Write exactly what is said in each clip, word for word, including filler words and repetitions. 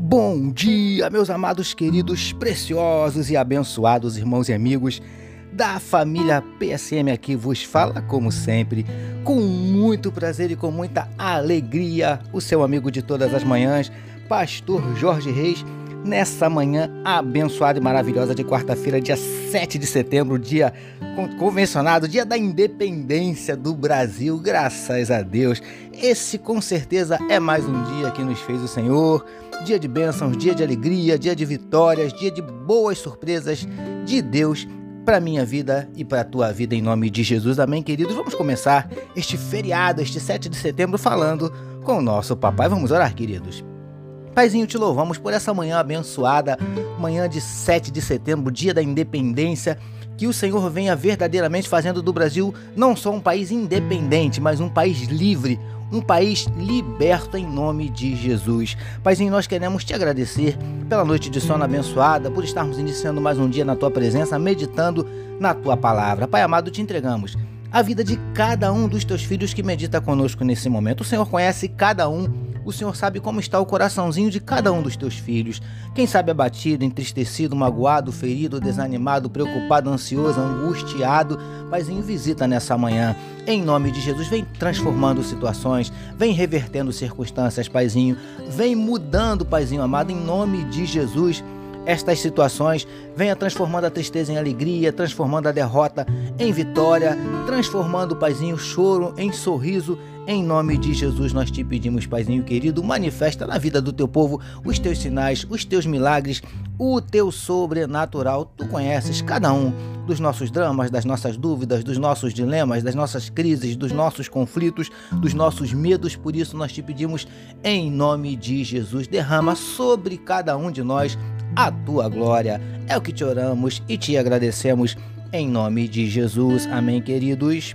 Bom dia, meus amados, queridos, preciosos e abençoados irmãos e amigos da família P S M. Aqui vos fala, como sempre, com muito prazer e com muita alegria, o seu amigo de todas as manhãs, Pastor Jorge Reis, nessa manhã abençoada e maravilhosa de quarta-feira, dia sete de setembro, dia convencionado, dia da independência do Brasil, graças a Deus. Esse com certeza é mais um dia que nos fez o Senhor, dia de bênçãos, dia de alegria, dia de vitórias, dia de boas surpresas de Deus para minha vida e para a tua vida, em nome de Jesus, amém, queridos? Vamos começar este feriado, este sete de setembro, falando com o nosso papai. Vamos orar, queridos. Paizinho, te louvamos por essa manhã abençoada, manhã de sete de setembro, dia da independência, que o Senhor venha verdadeiramente fazendo do Brasil não só um país independente, mas um país livre, um país liberto em nome de Jesus. Paizinho, nós queremos te agradecer pela noite de sono abençoada, por estarmos iniciando mais um dia na tua presença, meditando na tua palavra. Pai amado, te entregamos a vida de cada um dos teus filhos que medita conosco nesse momento. O Senhor conhece cada um, o Senhor sabe como está o coraçãozinho de cada um dos teus filhos. Quem sabe abatido, entristecido, magoado, ferido, desanimado, preocupado, ansioso, angustiado. Paizinho, visita nessa manhã. Em nome de Jesus, vem transformando situações, vem revertendo circunstâncias, Paizinho. Vem mudando, Paizinho amado, em nome de Jesus, estas situações. Venha transformando a tristeza em alegria, transformando a derrota em vitória, transformando, Paizinho, choro em sorriso. Em nome de Jesus nós te pedimos, Paizinho querido, manifesta na vida do teu povo os teus sinais, os teus milagres, o teu sobrenatural. Tu conheces cada um dos nossos dramas, das nossas dúvidas, dos nossos dilemas, das nossas crises, dos nossos conflitos, dos nossos medos. Por isso nós te pedimos, em nome de Jesus, derrama sobre cada um de nós a tua glória. É o que te oramos e te agradecemos em nome de Jesus. Amém, queridos.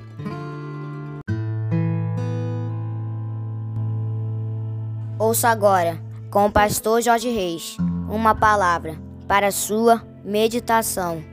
Ouça agora, com o pastor Jorge Reis, uma palavra para a sua meditação.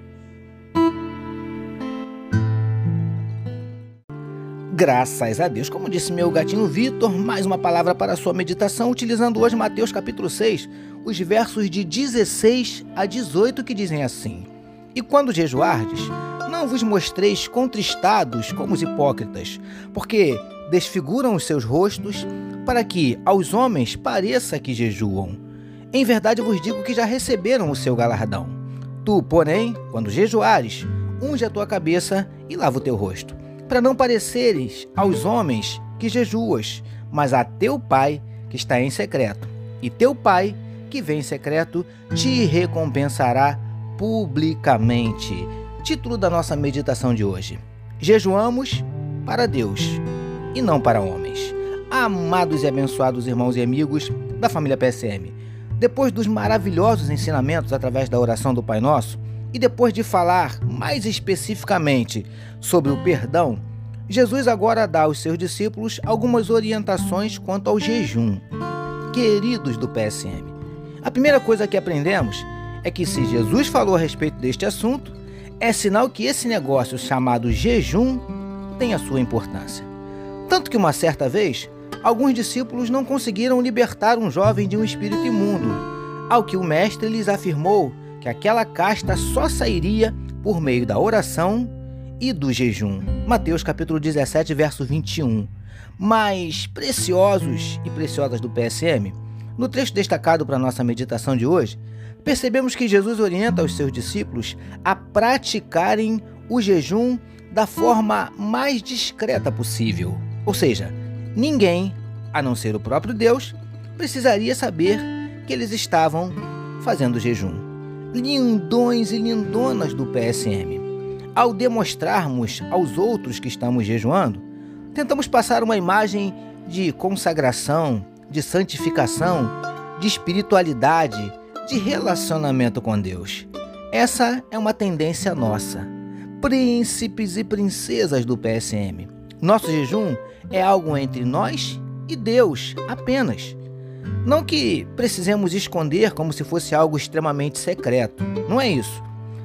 Graças a Deus, como disse meu gatinho Vitor, mais uma palavra para a sua meditação, utilizando hoje Mateus capítulo seis, os versos de dezesseis a dezoito, que dizem assim: E quando jejuardes, não vos mostreis contristados como os hipócritas, porque desfiguram os seus rostos, para que aos homens pareça que jejuam. Em verdade vos digo que já receberam o seu galardão. Tu, porém, quando jejuares, unge a tua cabeça e lava o teu rosto, para não pareceres aos homens que jejuas, mas a teu Pai que está em secreto. E teu Pai, que vem em secreto, te recompensará publicamente. Título da nossa meditação de hoje: Jejuamos para Deus e não para homens. Amados e abençoados irmãos e amigos da família P S M, depois dos maravilhosos ensinamentos através da oração do Pai Nosso, e depois de falar mais especificamente sobre o perdão, Jesus agora dá aos seus discípulos algumas orientações quanto ao jejum. Queridos do P S M, a primeira coisa que aprendemos é que se Jesus falou a respeito deste assunto, é sinal que esse negócio chamado jejum tem a sua importância. Tanto que uma certa vez, alguns discípulos não conseguiram libertar um jovem de um espírito imundo, ao que o mestre lhes afirmou que aquela casta só sairia por meio da oração e do jejum. Mateus capítulo dezessete, verso vinte e um. Mas, preciosos e preciosas do P S M, no trecho destacado para a nossa meditação de hoje, percebemos que Jesus orienta os seus discípulos a praticarem o jejum da forma mais discreta possível. Ou seja, ninguém, a não ser o próprio Deus, precisaria saber que eles estavam fazendo jejum. Lindões e lindonas do P S M, ao demonstrarmos aos outros que estamos jejuando, tentamos passar uma imagem de consagração, de santificação, de espiritualidade, de relacionamento com Deus. Essa é uma tendência nossa, príncipes e princesas do P S M. Nosso jejum é algo entre nós e Deus apenas. Não que precisemos esconder como se fosse algo extremamente secreto, não é isso.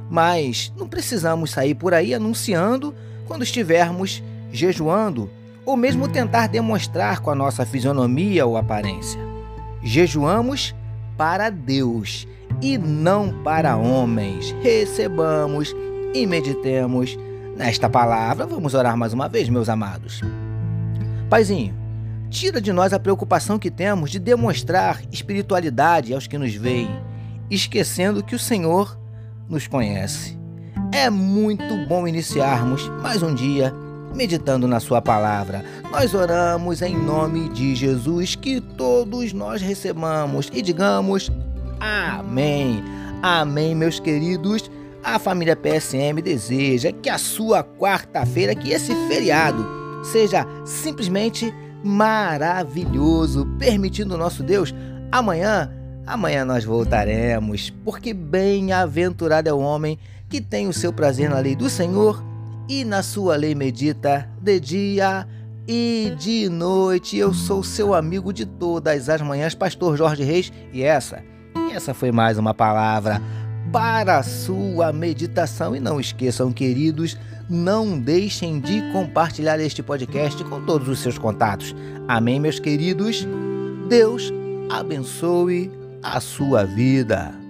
Mas não precisamos sair por aí anunciando quando estivermos jejuando, ou mesmo tentar demonstrar com a nossa fisionomia ou aparência. Jejuamos para Deus e não para homens. Recebamos e meditemos nesta palavra. Vamos orar mais uma vez, meus amados. Paizinho, tira de nós a preocupação que temos de demonstrar espiritualidade aos que nos veem, esquecendo que o Senhor nos conhece. É muito bom iniciarmos mais um dia meditando na sua palavra. Nós oramos em nome de Jesus, que todos nós recebamos e digamos amém. Amém, meus queridos. A família P S M deseja que a sua quarta-feira, que esse feriado seja simplesmente maravilhoso, permitindo o nosso Deus. Amanhã, amanhã nós voltaremos, porque bem-aventurado é o homem que tem o seu prazer na lei do Senhor e na sua lei medita de dia e de noite. Eu sou seu amigo de todas as manhãs, Pastor Jorge Reis, e essa, essa foi mais uma palavra para a sua meditação. E não esqueçam, queridos, não deixem de compartilhar este podcast com todos os seus contatos. Amém, meus queridos? Deus abençoe a sua vida.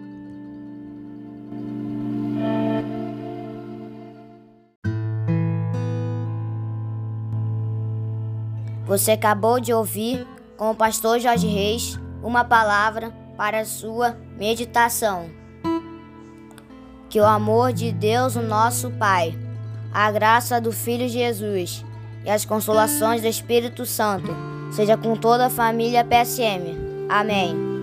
Você acabou de ouvir, com o pastor Jorge Reis, uma palavra para a sua meditação. Que o amor de Deus, o nosso Pai, a graça do Filho Jesus e as consolações do Espírito Santo seja com toda a família P S M. Amém.